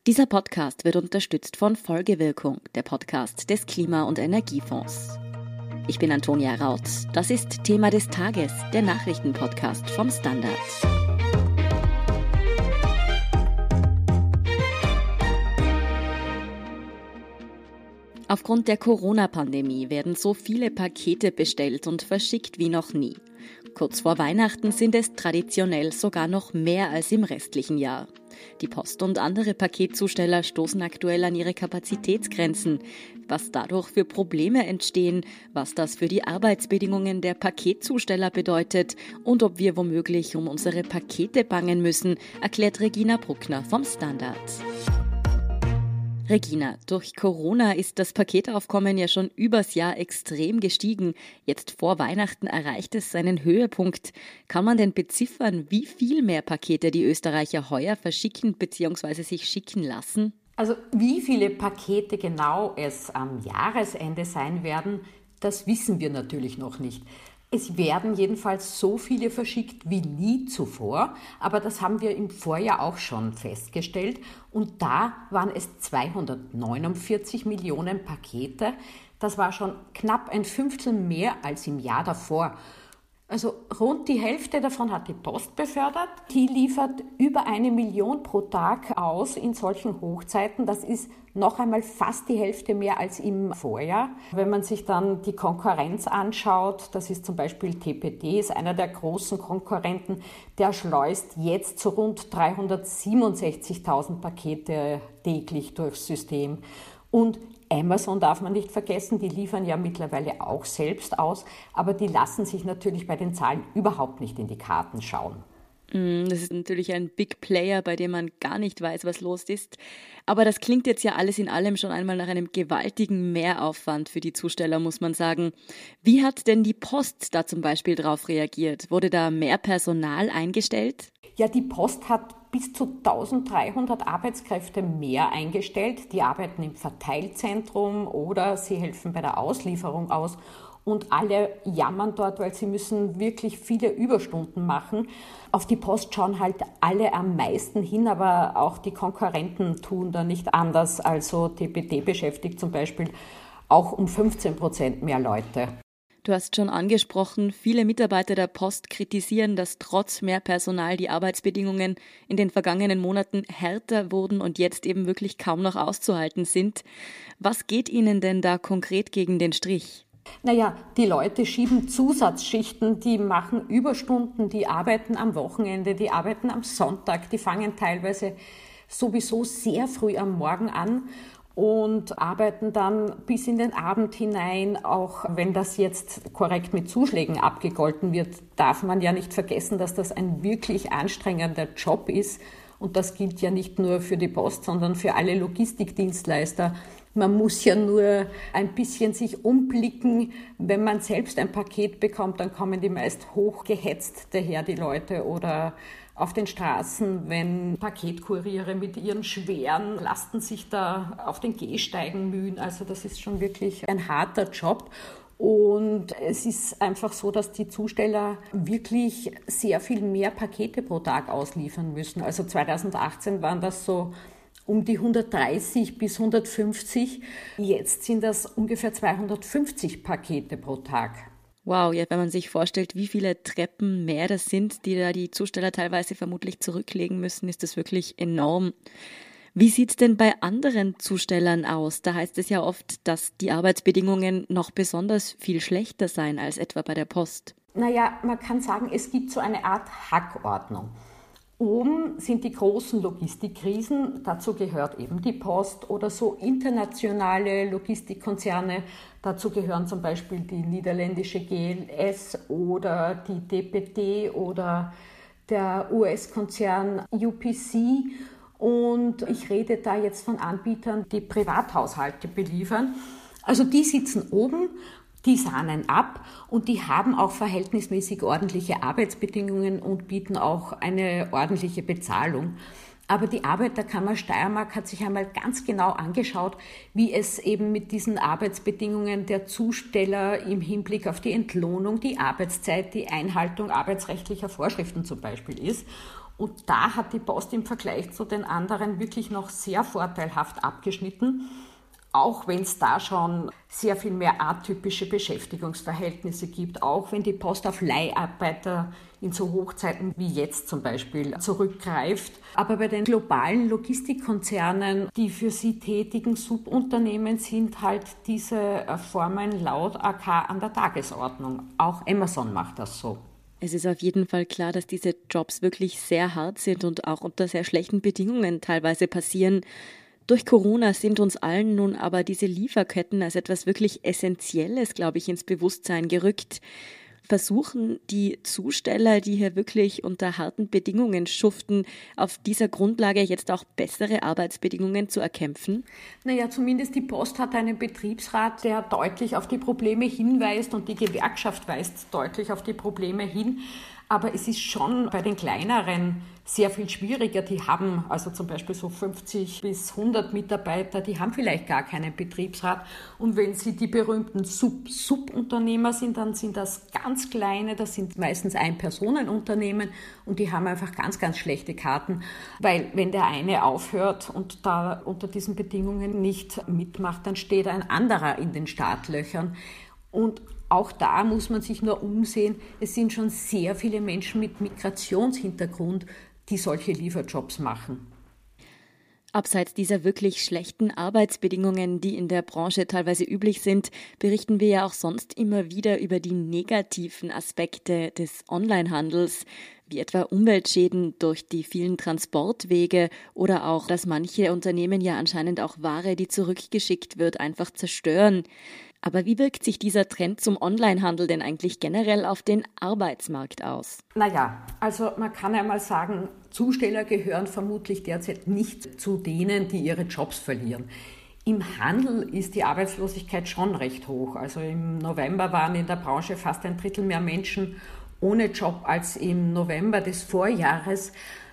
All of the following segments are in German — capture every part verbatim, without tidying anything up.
Dieser Podcast wird unterstützt von Folgewirkung, der Podcast des Klima- und Energiefonds. Ich bin Antonia Raut. Das ist Thema des Tages, der Nachrichtenpodcast vom Standard. Aufgrund der Corona-Pandemie werden so viele Pakete bestellt und verschickt wie noch nie. Kurz vor Weihnachten sind es traditionell sogar noch mehr als im restlichen Jahr. Die Post und andere Paketzusteller stoßen aktuell an ihre Kapazitätsgrenzen. Was dadurch für Probleme entstehen, was das für die Arbeitsbedingungen der Paketzusteller bedeutet und ob wir womöglich um unsere Pakete bangen müssen, erklärt Regina Bruckner vom Standard. Regina, durch Corona ist das Paketaufkommen ja schon übers Jahr extrem gestiegen. Jetzt vor Weihnachten erreicht es seinen Höhepunkt. Kann man denn beziffern, wie viel mehr Pakete die Österreicher heuer verschicken bzw. sich schicken lassen? Also wie viele Pakete genau es am Jahresende sein werden, das wissen wir natürlich noch nicht. Es werden jedenfalls so viele verschickt wie nie zuvor, aber das haben wir im Vorjahr auch schon festgestellt und da waren es zweihundertneunundvierzig Millionen Pakete. Das war schon knapp ein Fünftel mehr als im Jahr davor. Also rund die Hälfte davon hat die Post befördert. Die liefert über eine Million pro Tag aus in solchen Hochzeiten. Das ist noch einmal fast die Hälfte mehr als im Vorjahr. Wenn man sich dann die Konkurrenz anschaut, das ist zum Beispiel T P D, ist einer der großen Konkurrenten, der schleust jetzt so rund dreihundertsiebenundsechzigtausend Pakete täglich durchs System. Und Amazon darf man nicht vergessen, die liefern ja mittlerweile auch selbst aus, aber die lassen sich natürlich bei den Zahlen überhaupt nicht in die Karten schauen. Das ist natürlich ein Big Player, bei dem man gar nicht weiß, was los ist. Aber das klingt jetzt ja alles in allem schon einmal nach einem gewaltigen Mehraufwand für die Zusteller, muss man sagen. Wie hat denn die Post da zum Beispiel drauf reagiert? Wurde da mehr Personal eingestellt? Ja, die Post hat bis zu eintausenddreihundert Arbeitskräfte mehr eingestellt. Die arbeiten im Verteilzentrum oder sie helfen bei der Auslieferung aus. Und alle jammern dort, weil sie müssen wirklich viele Überstunden machen. Auf die Post schauen halt alle am meisten hin, aber auch die Konkurrenten tun da nicht anders. Also T P D beschäftigt zum Beispiel auch um fünfzehn Prozent mehr Leute. Du hast schon angesprochen, viele Mitarbeiter der Post kritisieren, dass trotz mehr Personal die Arbeitsbedingungen in den vergangenen Monaten härter wurden und jetzt eben wirklich kaum noch auszuhalten sind. Was geht Ihnen denn da konkret gegen den Strich? Naja, die Leute schieben Zusatzschichten, die machen Überstunden, die arbeiten am Wochenende, die arbeiten am Sonntag, die fangen teilweise sowieso sehr früh am Morgen an und arbeiten dann bis in den Abend hinein. Auch wenn das jetzt korrekt mit Zuschlägen abgegolten wird, darf man ja nicht vergessen, dass das ein wirklich anstrengender Job ist. Und das gilt ja nicht nur für die Post, sondern für alle Logistikdienstleister. Man muss ja nur ein bisschen sich umblicken. Wenn man selbst ein Paket bekommt, dann kommen die meist hochgehetzt daher, die Leute. Oder auf den Straßen, wenn Paketkuriere mit ihren schweren Lasten sich da auf den Gehsteigen mühen. Also das ist schon wirklich ein harter Job. Und es ist einfach so, dass die Zusteller wirklich sehr viel mehr Pakete pro Tag ausliefern müssen. Also zweitausendachtzehn waren das so um die hundertdreißig bis hundertfünfzig. Jetzt sind das ungefähr zweihundertfünfzig Pakete pro Tag. Wow, ja, wenn man sich vorstellt, wie viele Treppen mehr das sind, die da die Zusteller teilweise vermutlich zurücklegen müssen, ist das wirklich enorm. Wie sieht's denn bei anderen Zustellern aus? Da heißt es ja oft, dass die Arbeitsbedingungen noch besonders viel schlechter seien als etwa bei der Post. Naja, man kann sagen, es gibt so eine Art Hackordnung. Oben sind die großen Logistikkrisen, dazu gehört eben die Post oder so internationale Logistikkonzerne. Dazu gehören zum Beispiel die niederländische G L S oder die D P D oder der U S-Konzern U P C. Und ich rede da jetzt von Anbietern, die Privathaushalte beliefern. Also die sitzen oben, die sahnen ab und die haben auch verhältnismäßig ordentliche Arbeitsbedingungen und bieten auch eine ordentliche Bezahlung. Aber die Arbeiterkammer Steiermark hat sich einmal ganz genau angeschaut, wie es eben mit diesen Arbeitsbedingungen der Zusteller im Hinblick auf die Entlohnung, die Arbeitszeit, die Einhaltung arbeitsrechtlicher Vorschriften zum Beispiel ist. Und da hat die Post im Vergleich zu den anderen wirklich noch sehr vorteilhaft abgeschnitten, auch wenn es da schon sehr viel mehr atypische Beschäftigungsverhältnisse gibt, auch wenn die Post auf Leiharbeiter in so Hochzeiten wie jetzt zum Beispiel zurückgreift. Aber bei den globalen Logistikkonzernen, die für sie tätigen Subunternehmen, sind halt diese Formen laut A K an der Tagesordnung. Auch Amazon macht das so. Es ist auf jeden Fall klar, dass diese Jobs wirklich sehr hart sind und auch unter sehr schlechten Bedingungen teilweise passieren. Durch Corona sind uns allen nun aber diese Lieferketten als etwas wirklich Essentielles, glaube ich, ins Bewusstsein gerückt. Versuchen die Zusteller, die hier wirklich unter harten Bedingungen schuften, auf dieser Grundlage jetzt auch bessere Arbeitsbedingungen zu erkämpfen? Naja, zumindest die Post hat einen Betriebsrat, der deutlich auf die Probleme hinweist und die Gewerkschaft weist deutlich auf die Probleme hin. Aber es ist schon bei den kleineren sehr viel schwieriger. Die haben also zum Beispiel so fünfzig bis hundert Mitarbeiter, die haben vielleicht gar keinen Betriebsrat. Und wenn sie die berühmten Sub-Subunternehmer sind, dann sind das ganz kleine, das sind meistens Ein-Personen-Unternehmen und die haben einfach ganz, ganz schlechte Karten. Weil wenn der eine aufhört und da unter diesen Bedingungen nicht mitmacht, dann steht ein anderer in den Startlöchern. Und auch da muss man sich nur umsehen. Es sind schon sehr viele Menschen mit Migrationshintergrund, die solche Lieferjobs machen. Abseits dieser wirklich schlechten Arbeitsbedingungen, die in der Branche teilweise üblich sind, berichten wir ja auch sonst immer wieder über die negativen Aspekte des Onlinehandels, wie etwa Umweltschäden durch die vielen Transportwege oder auch, dass manche Unternehmen ja anscheinend auch Ware, die zurückgeschickt wird, einfach zerstören. Aber wie wirkt sich dieser Trend zum Onlinehandel denn eigentlich generell auf den Arbeitsmarkt aus? Naja, also man kann einmal sagen, Zusteller gehören vermutlich derzeit nicht zu denen, die ihre Jobs verlieren. Im Handel ist die Arbeitslosigkeit schon recht hoch. Also im November waren in der Branche fast ein Drittel mehr Menschen ohne Job als im November des Vorjahres.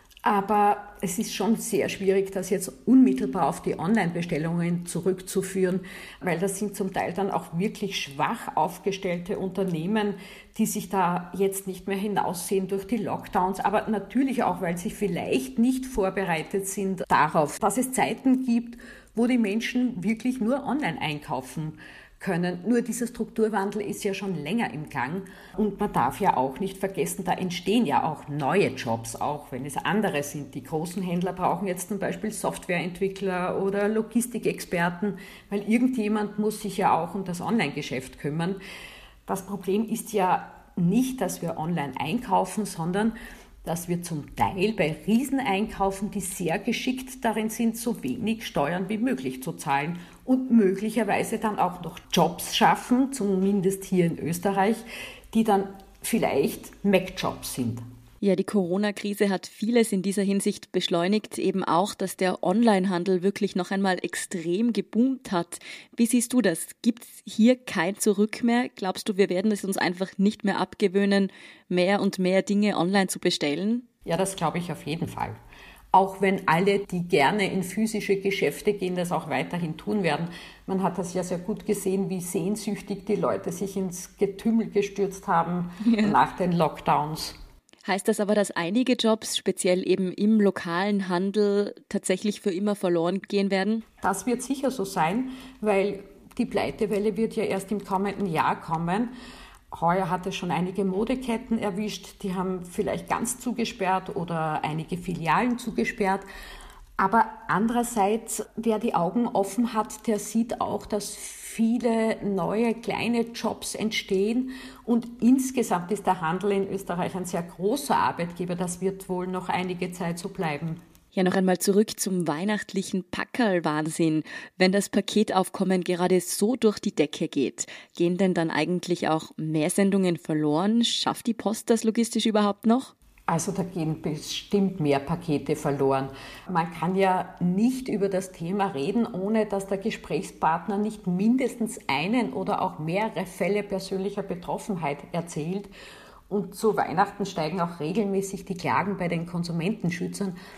Aber es ist schon sehr schwierig, das jetzt unmittelbar auf die Online-Bestellungen zurückzuführen, weil das sind zum Teil dann auch wirklich schwach aufgestellte Unternehmen, die sich da jetzt nicht mehr hinaussehen durch die Lockdowns, aber natürlich auch, weil sie vielleicht nicht vorbereitet sind darauf, dass es Zeiten gibt, wo die Menschen wirklich nur online einkaufen können. Nur dieser Strukturwandel ist ja schon länger im Gang und man darf ja auch nicht vergessen, da entstehen ja auch neue Jobs, auch wenn es andere sind. Die großen Händler brauchen jetzt zum Beispiel Softwareentwickler oder Logistikexperten, weil irgendjemand muss sich ja auch um das Online-Geschäft kümmern. Das Problem ist ja nicht, dass wir online einkaufen, sondern dass wir zum Teil bei Rieseneinkaufen, die sehr geschickt darin sind, so wenig Steuern wie möglich zu zahlen und möglicherweise dann auch noch Jobs schaffen, zumindest hier in Österreich, die dann vielleicht Mac-Jobs sind. Ja, die Corona-Krise hat vieles in dieser Hinsicht beschleunigt, eben auch, dass der Onlinehandel wirklich noch einmal extrem geboomt hat. Wie siehst du das? Gibt es hier kein Zurück mehr? Glaubst du, wir werden es uns einfach nicht mehr abgewöhnen, mehr und mehr Dinge online zu bestellen? Ja, das glaube ich auf jeden Fall. Auch wenn alle, die gerne in physische Geschäfte gehen, das auch weiterhin tun werden. Man hat das ja sehr gut gesehen, wie sehnsüchtig die Leute sich ins Getümmel gestürzt haben ja. nach den Lockdowns. Heißt das aber, dass einige Jobs, speziell eben im lokalen Handel, tatsächlich für immer verloren gehen werden? Das wird sicher so sein, weil die Pleitewelle wird ja erst im kommenden Jahr kommen. Heuer hat es schon einige Modeketten erwischt, die haben vielleicht ganz zugesperrt oder einige Filialen zugesperrt. Aber andererseits, wer die Augen offen hat, der sieht auch, dass viele neue kleine Jobs entstehen und insgesamt ist der Handel in Österreich ein sehr großer Arbeitgeber. Das wird wohl noch einige Zeit so bleiben. Ja, noch einmal zurück zum weihnachtlichen Packerl-Wahnsinn. Wenn das Paketaufkommen gerade so durch die Decke geht, gehen denn dann eigentlich auch mehr Sendungen verloren? Schafft die Post das logistisch überhaupt noch? Also da gehen bestimmt mehr Pakete verloren. Man kann ja nicht über das Thema reden, ohne dass der Gesprächspartner nicht mindestens einen oder auch mehrere Fälle persönlicher Betroffenheit erzählt. Und zu Weihnachten steigen auch regelmäßig die Klagen bei den Konsumentenschützern.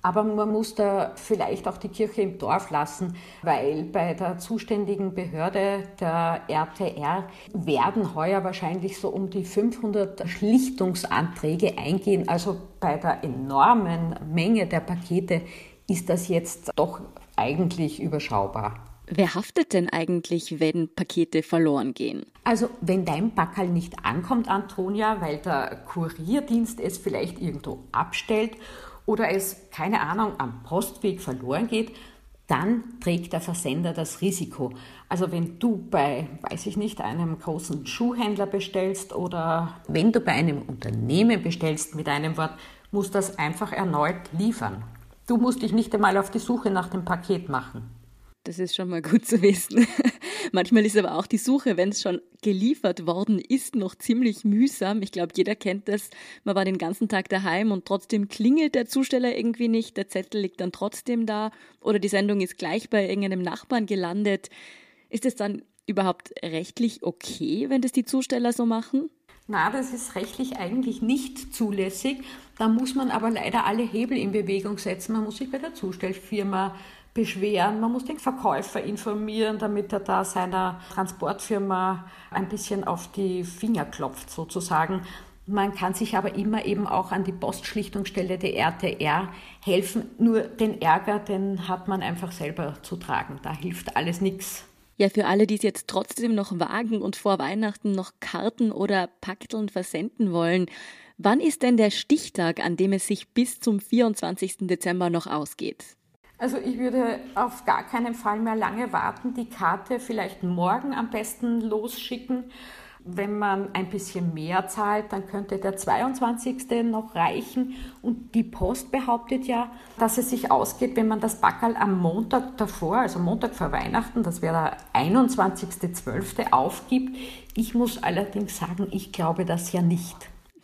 Aber man muss da vielleicht auch die Kirche im Dorf lassen, weil bei der zuständigen Behörde, der R T R, werden heuer wahrscheinlich so um die fünfhundert Schlichtungsanträge eingehen. Also bei der enormen Menge der Pakete ist das jetzt doch eigentlich überschaubar. Wer haftet denn eigentlich, wenn Pakete verloren gehen? Also wenn dein Packerl nicht ankommt, Antonia, weil der Kurierdienst es vielleicht irgendwo abstellt oder es, keine Ahnung, am Postweg verloren geht, dann trägt der Versender das Risiko. Also wenn du bei, weiß ich nicht, einem großen Schuhhändler bestellst oder wenn du bei einem Unternehmen bestellst, mit einem Wort, muss das einfach erneut liefern. Du musst dich nicht einmal auf die Suche nach dem Paket machen. Das ist schon mal gut zu wissen. Manchmal ist aber auch die Suche, wenn es schon geliefert worden ist, noch ziemlich mühsam. Ich glaube, jeder kennt das. Man war den ganzen Tag daheim und trotzdem klingelt der Zusteller irgendwie nicht. Der Zettel liegt dann trotzdem da oder die Sendung ist gleich bei irgendeinem Nachbarn gelandet. Ist es dann überhaupt rechtlich okay, wenn das die Zusteller so machen? Na, das ist rechtlich eigentlich nicht zulässig. Da muss man aber leider alle Hebel in Bewegung setzen. Man muss sich bei der Zustellfirma beschweren, man muss den Verkäufer informieren, damit er da seiner Transportfirma ein bisschen auf die Finger klopft sozusagen. Man kann sich aber immer eben auch an die Postschlichtungsstelle der R T R helfen. Nur den Ärger, den hat man einfach selber zu tragen. Da hilft alles nichts. Ja, für alle, die es jetzt trotzdem noch wagen und vor Weihnachten noch Karten oder Pakteln versenden wollen, wann ist denn der Stichtag, an dem es sich bis zum vierundzwanzigsten Dezember noch ausgeht? Also ich würde auf gar keinen Fall mehr lange warten, die Karte vielleicht morgen am besten losschicken. Wenn man ein bisschen mehr zahlt, dann könnte der zweiundzwanzigste noch reichen. Und die Post behauptet ja, dass es sich ausgeht, wenn man das Packerl am Montag davor, also Montag vor Weihnachten, das wäre der einundzwanzigster zwölfte aufgibt. Ich muss allerdings sagen, ich glaube das ja nicht.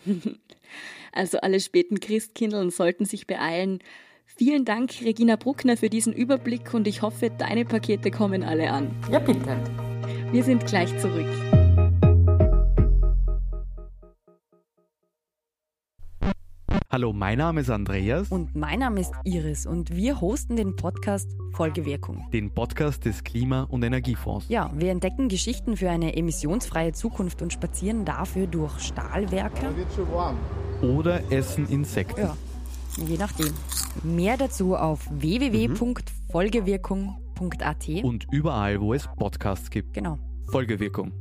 Also alle späten Christkindln sollten sich beeilen. Vielen Dank, Regina Bruckner, für diesen Überblick und ich hoffe, deine Pakete kommen alle an. Ja, bitte. Wir sind gleich zurück. Hallo, mein Name ist Andreas. Und mein Name ist Iris und wir hosten den Podcast Folgewirkung. Den Podcast des Klima- und Energiefonds. Ja, wir entdecken Geschichten für eine emissionsfreie Zukunft und spazieren dafür durch Stahlwerke. Da wird schon warm. Oder essen Insekten. Ja, je nachdem. Mehr dazu auf w w w punkt folgewirkung punkt a t. Und überall, wo es Podcasts gibt. Genau. Folgewirkung.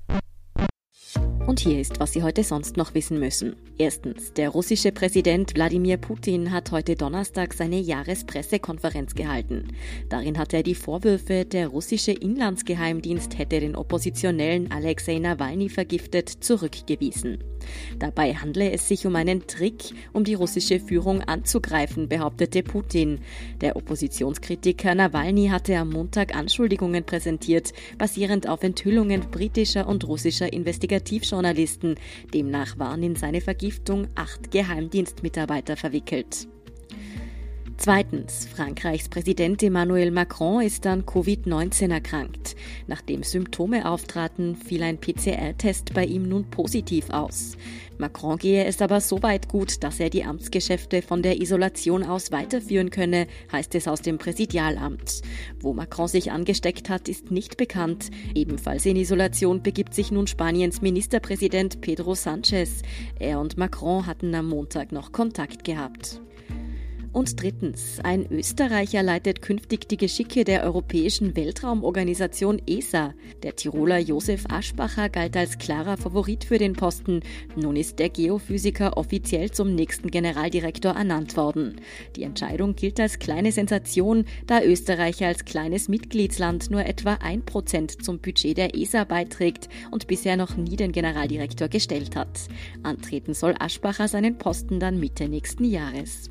Und hier ist, was Sie heute sonst noch wissen müssen. Erstens, der russische Präsident Wladimir Putin hat heute Donnerstag seine Jahrespressekonferenz gehalten. Darin hat er die Vorwürfe, der russische Inlandsgeheimdienst hätte den Oppositionellen Alexei Nawalny vergiftet, zurückgewiesen. Dabei handle es sich um einen Trick, um die russische Führung anzugreifen, behauptete Putin. Der Oppositionskritiker Nawalny hatte am Montag Anschuldigungen präsentiert, basierend auf Enthüllungen britischer und russischer Investigativjournalisten. Demnach waren in seine Vergiftung acht Geheimdienstmitarbeiter verwickelt. Zweitens, Frankreichs Präsident Emmanuel Macron ist an Covid neunzehn erkrankt. Nachdem Symptome auftraten, fiel ein P C R-Test bei ihm nun positiv aus. Macron gehe es aber so weit gut, dass er die Amtsgeschäfte von der Isolation aus weiterführen könne, heißt es aus dem Präsidialamt. Wo Macron sich angesteckt hat, ist nicht bekannt. Ebenfalls in Isolation begibt sich nun Spaniens Ministerpräsident Pedro Sánchez. Er und Macron hatten am Montag noch Kontakt gehabt. Und drittens, ein Österreicher leitet künftig die Geschicke der Europäischen Weltraumorganisation E S A. Der Tiroler Josef Aschbacher galt als klarer Favorit für den Posten. Nun ist der Geophysiker offiziell zum nächsten Generaldirektor ernannt worden. Die Entscheidung gilt als kleine Sensation, da Österreich als kleines Mitgliedsland nur etwa ein Prozent zum Budget der E S A beiträgt und bisher noch nie den Generaldirektor gestellt hat. Antreten soll Aschbacher seinen Posten dann Mitte nächsten Jahres.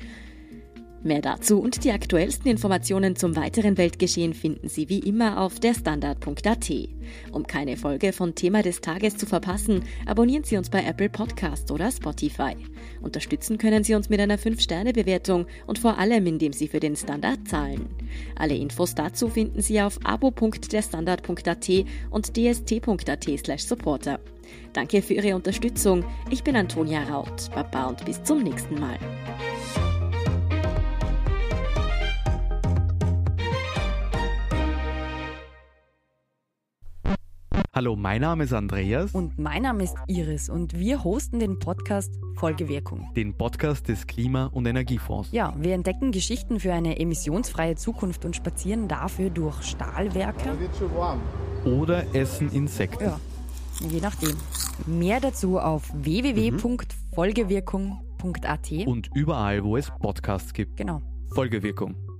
Mehr dazu und die aktuellsten Informationen zum weiteren Weltgeschehen finden Sie wie immer auf der Standard punkt a t. Um keine Folge von Thema des Tages zu verpassen, abonnieren Sie uns bei Apple Podcast oder Spotify. Unterstützen können Sie uns mit einer fünf Sterne Bewertung und vor allem, indem Sie für den Standard zahlen. Alle Infos dazu finden Sie auf abo punkt der standard punkt a t und d s t punkt a t slash supporter. Danke für Ihre Unterstützung. Ich bin Antonia Raut. Baba und bis zum nächsten Mal. Hallo, mein Name ist Andreas. Und mein Name ist Iris und wir hosten den Podcast Folgewirkung. Den Podcast des Klima- und Energiefonds. Ja, wir entdecken Geschichten für eine emissionsfreie Zukunft und spazieren dafür durch Stahlwerke. Da wird schon warm. Oder essen Insekten. Ja, je nachdem. Mehr dazu auf w w w punkt folgewirkung punkt a t. Und überall, wo es Podcasts gibt. Genau. Folgewirkung.